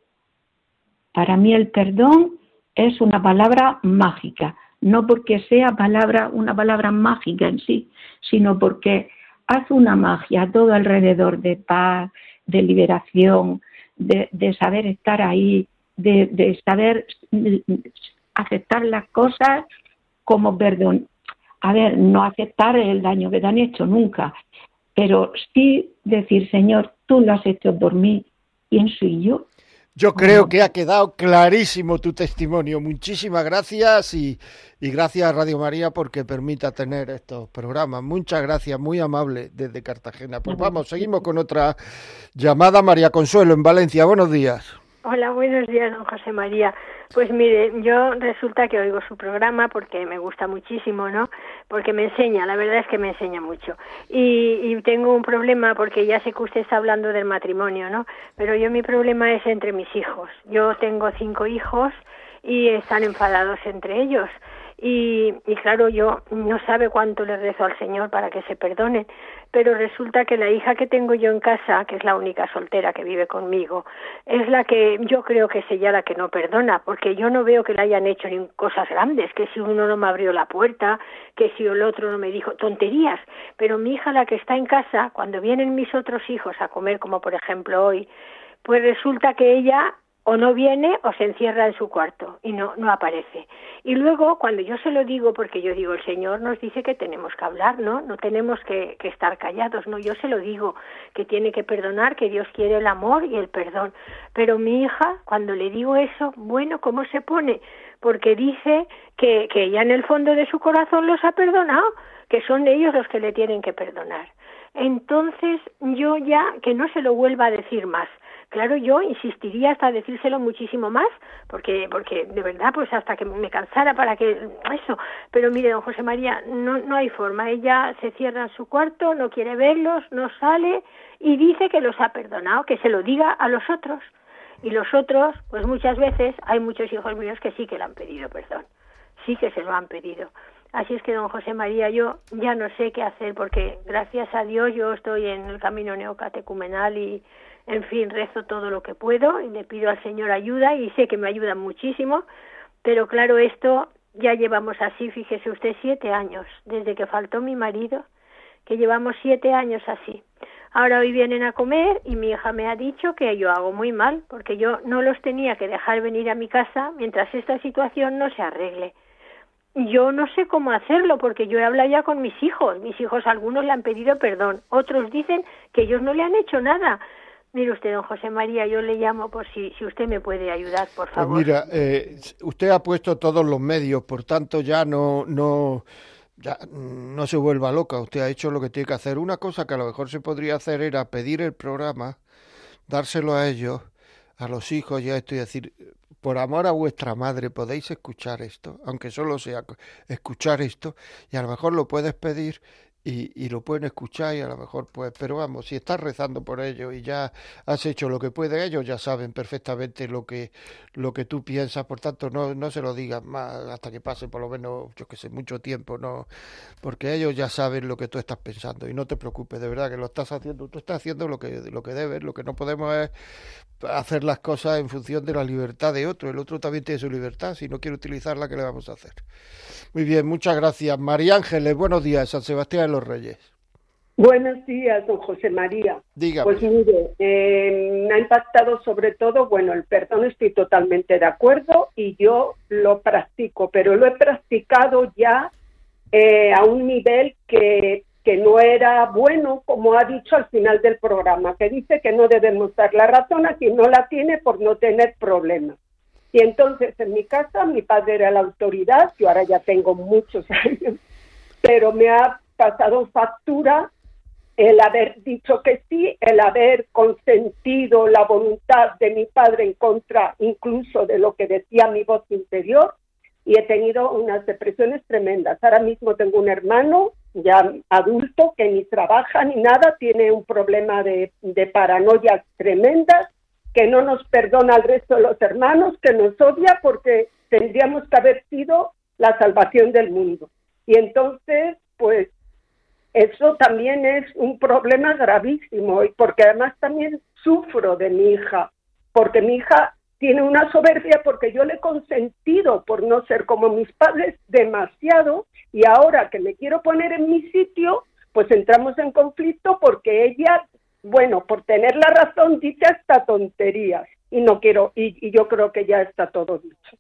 Para mí el perdón es una palabra mágica, no porque sea palabra una palabra mágica en sí, sino porque hace una magia todo alrededor de paz, de liberación, de, de saber estar ahí, De, de saber aceptar las cosas como perdón. A ver, no aceptar el daño que te han hecho nunca, pero sí decir, Señor, tú lo has hecho por mí, ¿quién soy yo? Yo creo que ha quedado clarísimo tu testimonio. Muchísimas gracias y, Y gracias a Radio María porque permita tener estos programas. Muchas gracias, muy amable desde Cartagena. Pues vamos, seguimos con otra llamada. María Consuelo en Valencia. Buenos días. Hola, buenos días, don José María. Pues mire, yo resulta que oigo su programa porque me gusta muchísimo, ¿no? Porque me enseña, la verdad es que me enseña mucho. Y, y tengo un problema porque ya sé que usted está hablando del matrimonio, ¿no? Pero yo mi problema es entre mis hijos. Yo tengo cinco hijos y están enfadados entre ellos. Y, y claro, yo no sabe cuánto le rezo al Señor para que se perdonen, pero resulta que la hija que tengo yo en casa, que es la única soltera que vive conmigo, es la que yo creo que es ella la que no perdona, porque yo no veo que le hayan hecho ni cosas grandes, que si uno no me abrió la puerta, que si el otro no me dijo tonterías, pero mi hija, la que está en casa, cuando vienen mis otros hijos a comer, como por ejemplo hoy, pues resulta que ella o no viene o se encierra en su cuarto y no no aparece. Y luego, cuando yo se lo digo, porque yo digo, el Señor nos dice que tenemos que hablar, ¿no? No tenemos que, que estar callados, ¿no? Yo se lo digo, que tiene que perdonar, que Dios quiere el amor y el perdón. Pero mi hija, cuando le digo eso, bueno, ¿cómo se pone? Porque dice que, que ella en el fondo de su corazón los ha perdonado, que son ellos los que le tienen que perdonar. Entonces, yo ya, que no se lo vuelva a decir más. Claro, yo insistiría hasta decírselo muchísimo más, porque porque de verdad, pues hasta que me cansara para que eso. Pero mire, don José María, no no hay forma. Ella se cierra en su cuarto, no quiere verlos, no sale y dice que los ha perdonado, que se lo diga a los otros. Y los otros, pues muchas veces, hay muchos hijos míos que sí que le han pedido perdón, sí que se lo han pedido. Así es que, don José María, yo ya no sé qué hacer, porque gracias a Dios yo estoy en el camino neocatecumenal y, en fin, rezo todo lo que puedo y le pido al Señor ayuda y sé que me ayuda muchísimo, pero claro, esto ya llevamos así, fíjese usted, siete años, desde que faltó mi marido, que llevamos siete años así. Ahora hoy vienen a comer y mi hija me ha dicho que yo hago muy mal, porque yo no los tenía que dejar venir a mi casa mientras esta situación no se arregle. Yo no sé cómo hacerlo, porque yo he hablado ya con mis hijos. Mis hijos, algunos le han pedido perdón, otros dicen que ellos no le han hecho nada. Mire usted, don José María, yo le llamo por si, si usted me puede ayudar, por favor. Pues mira, eh, usted ha puesto todos los medios, por tanto ya no, no, ya no se vuelva loca. Usted ha hecho lo que tiene que hacer. Una cosa que a lo mejor se podría hacer era pedir el programa, dárselo a ellos, a los hijos, ya estoy a decir, por amor a vuestra madre, podéis escuchar esto, aunque solo sea escuchar esto, y a lo mejor lo puedes pedir y, y lo pueden escuchar y a lo mejor pues, pero vamos, si estás rezando por ellos y ya has hecho lo que pueden, ellos ya saben perfectamente lo que lo que tú piensas, por tanto no, no se lo digas más hasta que pase por lo menos, yo que sé, mucho tiempo, no, porque ellos ya saben lo que tú estás pensando y no te preocupes, de verdad que lo estás haciendo, tú estás haciendo lo que, lo que debes, lo que no podemos es hacer las cosas en función de la libertad de otro, el otro también tiene su libertad, si no quiere utilizarla, ¿qué le vamos a hacer? Muy bien, muchas gracias. María Ángeles, buenos días, San Sebastián de los Reyes. Buenos días, don José María. Dígame. Pues mire, eh, me ha impactado sobre todo, bueno, el perdón estoy totalmente de acuerdo y yo lo practico, pero lo he practicado ya eh, a un nivel que, que no era bueno, como ha dicho al final del programa, que dice que no debemos dar la razón a quien no la tiene por no tener problemas. Y entonces en mi casa mi padre era la autoridad, yo ahora ya tengo muchos años, pero me ha pasado factura el haber dicho que sí, el haber consentido la voluntad de mi padre en contra incluso de lo que decía mi voz interior, y he tenido unas depresiones tremendas. Ahora mismo tengo un hermano ya adulto que ni trabaja ni nada, tiene un problema de, de paranoias tremendas, que no nos perdona al resto de los hermanos, que nos odia porque tendríamos que haber sido la salvación del mundo. Y entonces, pues, eso también es un problema gravísimo, y porque además también sufro de mi hija, porque mi hija tiene una soberbia porque yo le he consentido por no ser como mis padres demasiado, y ahora que me quiero poner en mi sitio, pues entramos en conflicto porque ella, bueno, por tener la razón dice hasta tonterías, y no quiero, y, y yo creo que ya está todo dicho.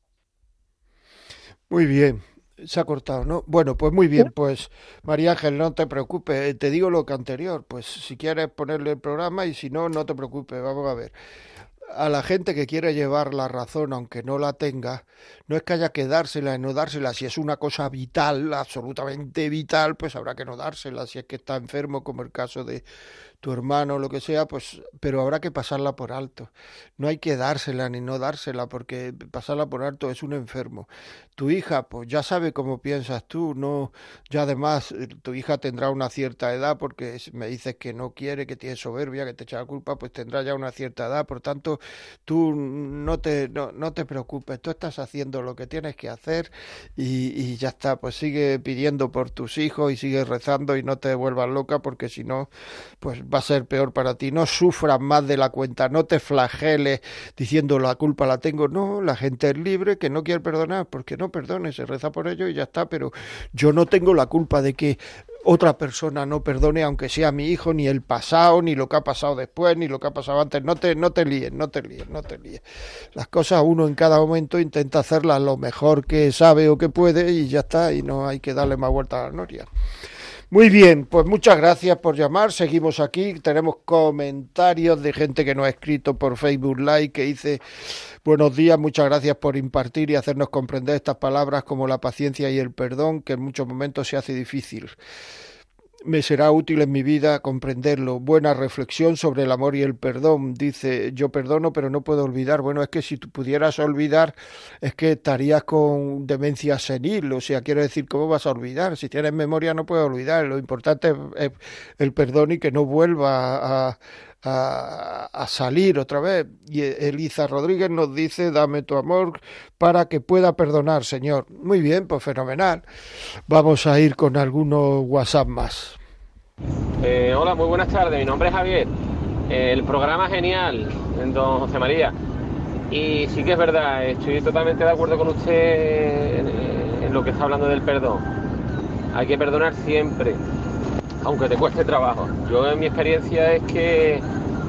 Muy bien. Se ha cortado, ¿no? Bueno, pues muy bien, pues María Ángel, no te preocupes, te digo lo que anterior, pues si quieres ponerle el programa y si no, no te preocupes, vamos a ver. a la gente que quiere llevar la razón, aunque no la tenga, no es que haya que dársela y no dársela. Si es una cosa vital, absolutamente vital, pues habrá que no dársela. Si es que está enfermo, como el caso de tu hermano o lo que sea, pues, pero habrá que pasarla por alto. No hay que dársela ni no dársela, porque pasarla por alto es un enfermo. Tu hija, pues ya sabe cómo piensas tú, no, ya además tu hija tendrá una cierta edad, porque me dices que no quiere, que tiene soberbia, que te echa la culpa, pues tendrá ya una cierta edad. Por tanto, tú no te, no, no te preocupes, tú estás haciendo lo que tienes que hacer y, y ya está. Pues sigue pidiendo por tus hijos y sigue rezando y no te vuelvas loca, porque si no, pues va a ser peor para ti. No sufras más de la cuenta, no te flageles diciendo la culpa la tengo. No, la gente es libre, que no quiere perdonar, porque no perdone, se reza por ello y ya está. Pero yo no tengo la culpa de que otra persona no perdone, aunque sea mi hijo, ni el pasado, ni lo que ha pasado después, ni lo que ha pasado antes. No te, no te líes, no te líes, no te líes. Las cosas uno en cada momento intenta hacerlas lo mejor que sabe o que puede y ya está, y no hay que darle más vuelta a la noria. Muy bien, pues muchas gracias por llamar, seguimos aquí, tenemos comentarios de gente que nos ha escrito por Facebook Live, que dice: buenos días, muchas gracias por impartir y hacernos comprender estas palabras como la paciencia y el perdón, que en muchos momentos se hace difícil. Me será útil en mi vida comprenderlo. Buena reflexión sobre el amor y el perdón. Dice: yo perdono pero no puedo olvidar. Bueno, es que si tú pudieras olvidar, es que estarías con demencia senil. O sea, quiero decir, ¿cómo vas a olvidar? Si tienes memoria no puedes olvidar. Lo importante es el perdón y que no vuelva a... A, a salir otra vez. Y Elisa Rodríguez nos dice: dame tu amor para que pueda perdonar, Señor. Muy bien, pues fenomenal. Vamos a ir con algunos WhatsApp más. Eh, hola, muy buenas tardes, mi nombre es Javier. Eh, el programa genial, don José María. Y sí que es verdad, estoy totalmente de acuerdo con usted en, en lo que está hablando del perdón. Hay que perdonar siempre, aunque te cueste trabajo. Yo en mi experiencia es que,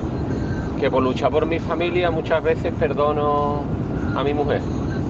que por luchar por mi familia muchas veces perdono a mi mujer.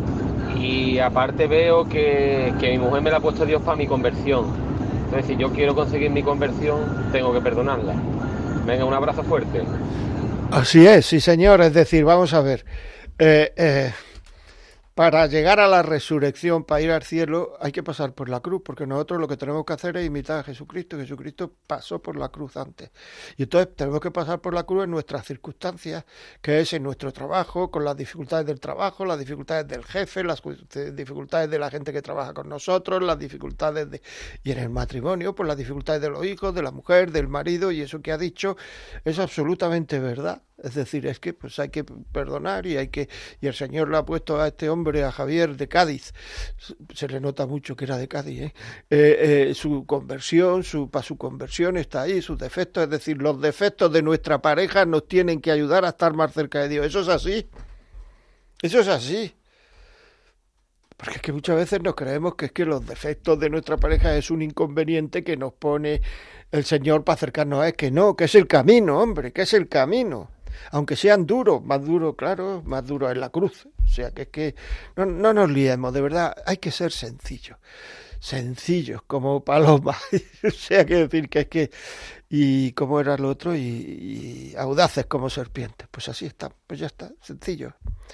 Y aparte veo que, que mi mujer me la ha puesto Dios para mi conversión. Entonces, si yo quiero conseguir mi conversión, tengo que perdonarla. Venga, un abrazo fuerte. Así es, sí señor. Es decir, vamos a ver, eh, eh, para llegar a la resurrección, para ir al cielo, hay que pasar por la cruz, porque nosotros lo que tenemos que hacer es imitar a Jesucristo. Jesucristo pasó por la cruz antes. Y entonces tenemos que pasar por la cruz en nuestras circunstancias, que es en nuestro trabajo, con las dificultades del trabajo, las dificultades del jefe, las dificultades de la gente que trabaja con nosotros, las dificultades de... Y en el matrimonio, pues las dificultades de los hijos, de la mujer, del marido, y eso que ha dicho es absolutamente verdad. Es decir, es que pues hay que perdonar y hay que y el Señor le ha puesto a este hombre, a Javier de Cádiz, se le nota mucho que era de Cádiz, ¿eh? Eh, eh, su conversión, su para su conversión está ahí, sus defectos, es decir, los defectos de nuestra pareja nos tienen que ayudar a estar más cerca de Dios. Eso es así, eso es así. Porque es que muchas veces nos creemos que es que los defectos de nuestra pareja es un inconveniente que nos pone el Señor para acercarnos a él, que no, que es el camino, hombre, que es el camino. Aunque sean duros, más duro, claro, más duro es la cruz. O sea, que es que no, no nos liemos, de verdad, hay que ser sencillos, sencillos como paloma. O sea, que decir que es que, y como era el otro, y, y audaces como serpientes. Pues así está, pues ya está, sencillo.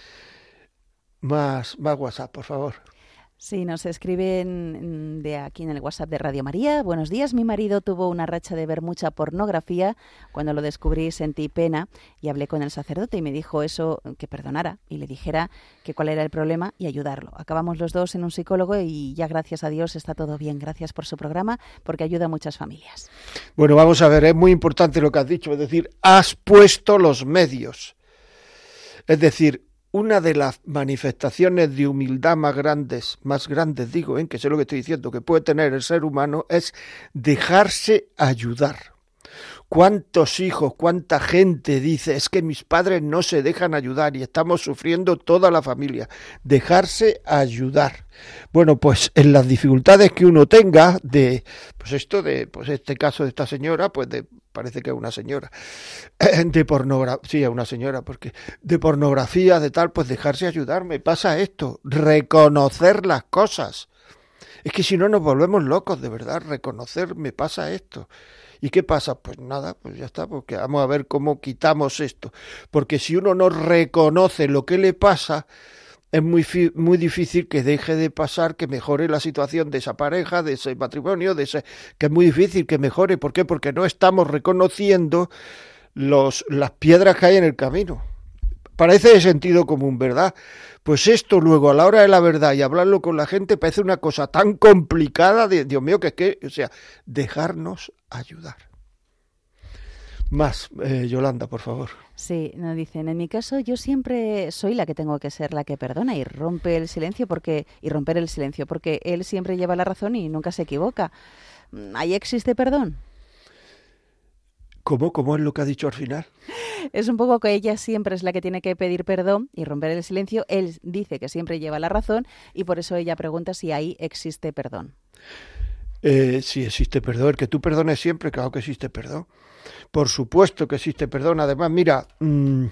Más, más WhatsApp, por favor. Sí, nos escriben de aquí en el WhatsApp de Radio María. Buenos días, mi marido tuvo una racha de ver mucha pornografía. Cuando lo descubrí sentí pena y hablé con el sacerdote y me dijo eso, que perdonara y le dijera que cuál era el problema y ayudarlo. Acabamos los dos en un psicólogo y ya gracias a Dios está todo bien. Gracias por su programa porque ayuda a muchas familias. Bueno, vamos a ver, es muy importante lo que has dicho, es decir, has puesto los medios. Es decir, una de las manifestaciones de humildad más grandes, más grandes digo, ¿eh? que sé lo que estoy diciendo, que puede tener el ser humano, es dejarse ayudar. ¿Cuántos hijos, cuánta gente dice, es que mis padres no se dejan ayudar y estamos sufriendo toda la familia? Dejarse ayudar. Bueno, pues en las dificultades que uno tenga de, pues esto de, pues este caso de esta señora, pues de, parece que es una señora, de pornografía, sí, es una señora, porque de pornografía, de tal, pues dejarse ayudar. Me pasa esto, reconocer las cosas. Es que si no nos volvemos locos, de verdad, reconocer, me pasa esto. ¿Y qué pasa? Pues nada, pues ya está, porque vamos a ver cómo quitamos esto. Porque si uno no reconoce lo que le pasa, es muy, fi- muy difícil que deje de pasar, que mejore la situación de esa pareja, de ese matrimonio, de ese, que es muy difícil que mejore. ¿Por qué? Porque no estamos reconociendo los, las piedras que hay en el camino. Parece de sentido común, ¿verdad? Pues esto luego, a la hora de la verdad y hablarlo con la gente, parece una cosa tan complicada, de, Dios mío, que es que, o sea, dejarnos ayudar. Más, eh, Yolanda, por favor. Sí, nos dicen, en mi caso yo siempre soy la que tengo que ser la que perdona y rompe el silencio porque y romper el silencio porque él siempre lleva la razón y nunca se equivoca. ¿Ahí existe perdón? ¿Cómo? ¿Cómo es lo que ha dicho al final? Es un poco que ella siempre es la que tiene que pedir perdón y romper el silencio. Él dice que siempre lleva la razón y por eso ella pregunta si ahí existe perdón. Eh, sí, existe perdón. El que tú perdones siempre, claro que existe perdón. Por supuesto que existe perdón. Además, mira, mmm,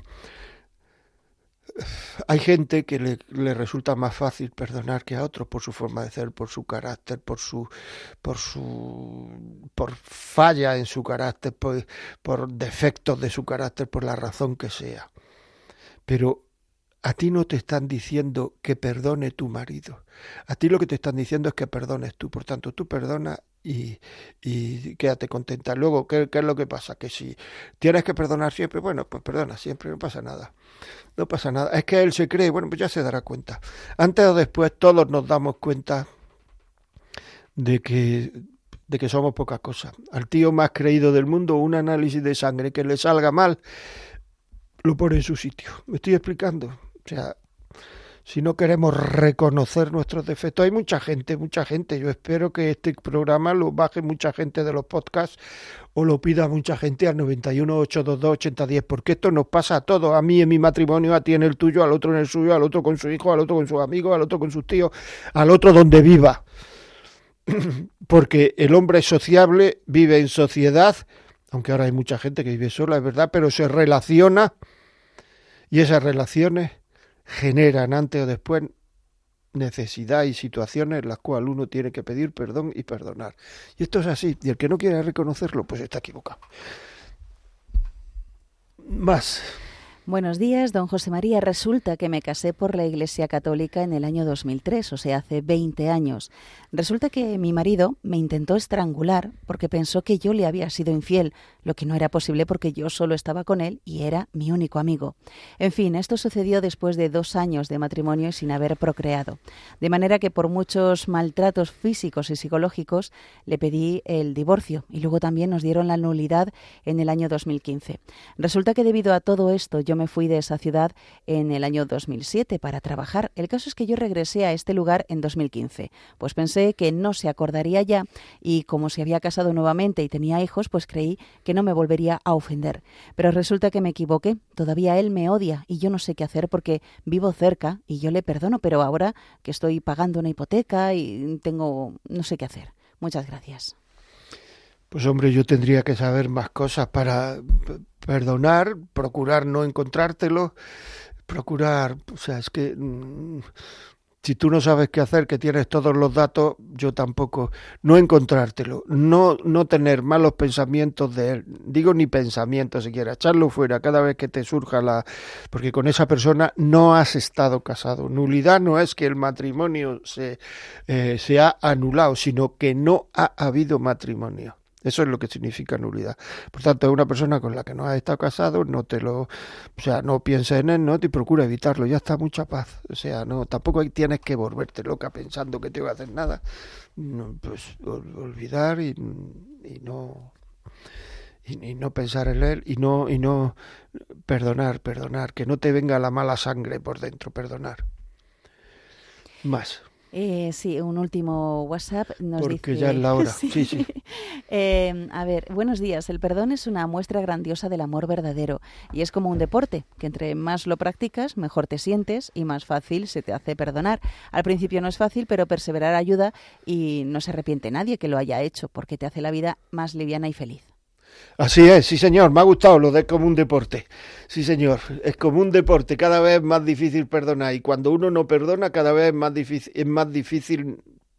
hay gente que le, le resulta más fácil perdonar que a otros por su forma de ser, por su carácter, por su, por su, por falla en su carácter, por, por defectos de su carácter, por la razón que sea. Pero a ti no te están diciendo que perdone tu marido. A ti lo que te están diciendo es que perdones tú. Por tanto, tú perdonas y, y quédate contenta. Luego, ¿qué, ¿qué es lo que pasa? Que si tienes que perdonar siempre, bueno, pues perdona siempre, no pasa nada. No pasa nada. Es que él se cree, bueno, pues ya se dará cuenta. Antes o después todos nos damos cuenta de que, de que somos poca cosa. Al tío más creído del mundo, un análisis de sangre que le salga mal, lo pone en su sitio. ¿Me estoy explicando? O sea, si no queremos reconocer nuestros defectos, hay mucha gente, mucha gente. Yo espero que este programa lo baje mucha gente de los podcasts o lo pida mucha gente al noventa y uno, ochocientos veintidós, ochenta diez, porque esto nos pasa a todos. A mí en mi matrimonio, a ti en el tuyo, al otro en el suyo, al otro con su hijo, al otro con sus amigos, al otro con sus tíos, al otro donde viva. Porque el hombre es sociable, vive en sociedad, aunque ahora hay mucha gente que vive sola, es verdad, pero se relaciona y esas relaciones generan antes o después necesidad y situaciones en las cuales uno tiene que pedir perdón y perdonar. Y esto es así, y el que no quiere reconocerlo, pues está equivocado. Más. Buenos días, don José María. Resulta que me casé por la Iglesia Católica en el año dos mil tres, o sea, hace veinte años. Resulta que mi marido me intentó estrangular porque pensó que yo le había sido infiel, lo que no era posible porque yo solo estaba con él y era mi único amigo. En fin, esto sucedió después de dos años de matrimonio y sin haber procreado. De manera que por muchos maltratos físicos y psicológicos le pedí el divorcio y luego también nos dieron la nulidad en el año dos mil quince. Resulta que debido a todo esto yo me fui de esa ciudad en el año dos mil siete para trabajar. El caso es que yo regresé a este lugar en dos mil quince. Pues pensé que no se acordaría ya y como se había casado nuevamente y tenía hijos, pues creí que no me volvería a ofender. Pero resulta que me equivoqué. Todavía él me odia y yo no sé qué hacer porque vivo cerca y yo le perdono, pero ahora que estoy pagando una hipoteca y tengo, no sé qué hacer. Muchas gracias. Pues hombre, yo tendría que saber más cosas para perdonar, procurar no encontrártelo, procurar, o sea, es que mmm, si tú no sabes qué hacer, que tienes todos los datos, yo tampoco, no encontrártelo, no, no tener malos pensamientos de él, digo ni pensamientos siquiera, echarlo fuera cada vez que te surja la, porque con esa persona no has estado casado. Nulidad no es que el matrimonio se, eh, se ha anulado, sino que no ha habido matrimonio. Eso es lo que significa nulidad. Por tanto, es una persona con la que no has estado casado, no te lo, o sea, no pienses en él, no te procura evitarlo, ya está, mucha paz. O sea, no, tampoco tienes que volverte loca pensando que te va a hacer nada. No, pues olvidar y, y no y, y no pensar en él y no y no perdonar, perdonar, que no te venga la mala sangre por dentro, perdonar. Más. Eh, sí, un último WhatsApp nos Porque dice... Porque ya es la hora, sí, sí. sí. eh, a ver, buenos días. El perdón es una muestra grandiosa del amor verdadero y es como un deporte, que entre más lo practicas, mejor te sientes y más fácil se te hace perdonar. Al principio no es fácil, pero perseverar ayuda y no se arrepiente nadie que lo haya hecho, porque te hace la vida más liviana y feliz. Así es, sí señor, me ha gustado lo de como un deporte. Sí señor, es como un deporte, cada vez es más difícil perdonar y cuando uno no perdona cada vez es más difícil, es más difícil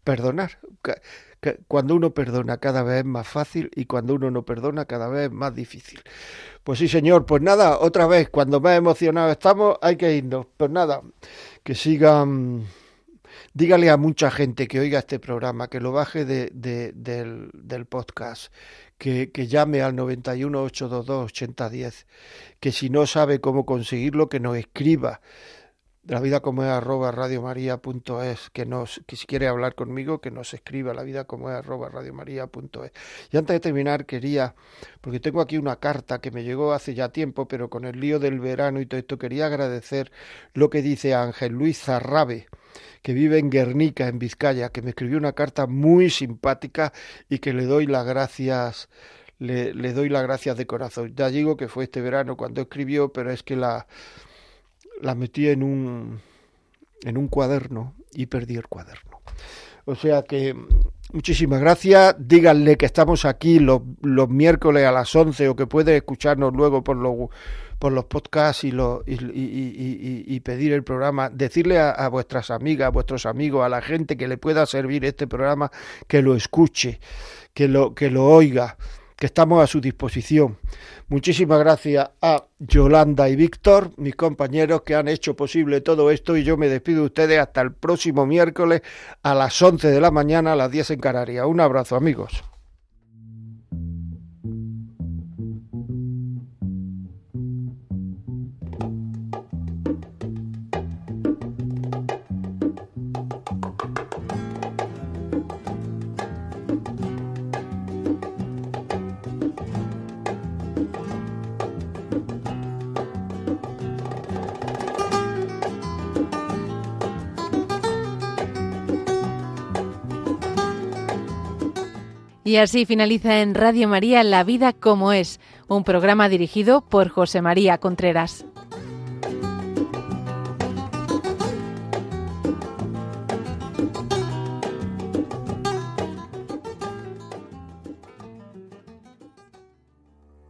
perdonar. Cuando uno perdona cada vez es más fácil y cuando uno no perdona cada vez es más difícil. Pues sí, señor, pues nada, otra vez, cuando más emocionados estamos hay que irnos. Pues nada, que sigan, dígale a mucha gente que oiga este programa, que lo baje de, de, del, del podcast, que, que llame al noventa y uno, ochocientos veintidós, ochenta diez, que si no sabe cómo conseguirlo, que nos escriba. La vida como es arroba radiomaria.es, que nos, que si quiere hablar conmigo, que nos escriba la vida como es arroba radiomaria.es. Y antes de terminar quería, porque tengo aquí una carta que me llegó hace ya tiempo, pero con el lío del verano y todo esto, quería agradecer lo que dice Ángel Luis Zarrabe, que vive en Guernica, en Vizcaya, que me escribió una carta muy simpática y que le doy las gracias, le, le doy las gracias de corazón. Ya digo que fue este verano cuando escribió, pero es que la... la metí en un en un cuaderno y perdí el cuaderno. O sea que muchísimas gracias. Díganle que estamos aquí los, los miércoles a las once o que puede escucharnos luego por los por los podcasts y, los, y, y, y, y, y pedir el programa. Decirle a, a vuestras amigas, a vuestros amigos, a la gente que le pueda servir este programa, que lo escuche, que lo, que lo oiga, que estamos a su disposición. Muchísimas gracias a Yolanda y Víctor, mis compañeros que han hecho posible todo esto, y yo me despido de ustedes hasta el próximo miércoles a las once de la mañana, a las diez en Canarias. Un abrazo, amigos. Y así finaliza en Radio María La Vida como es, un programa dirigido por José María Contreras.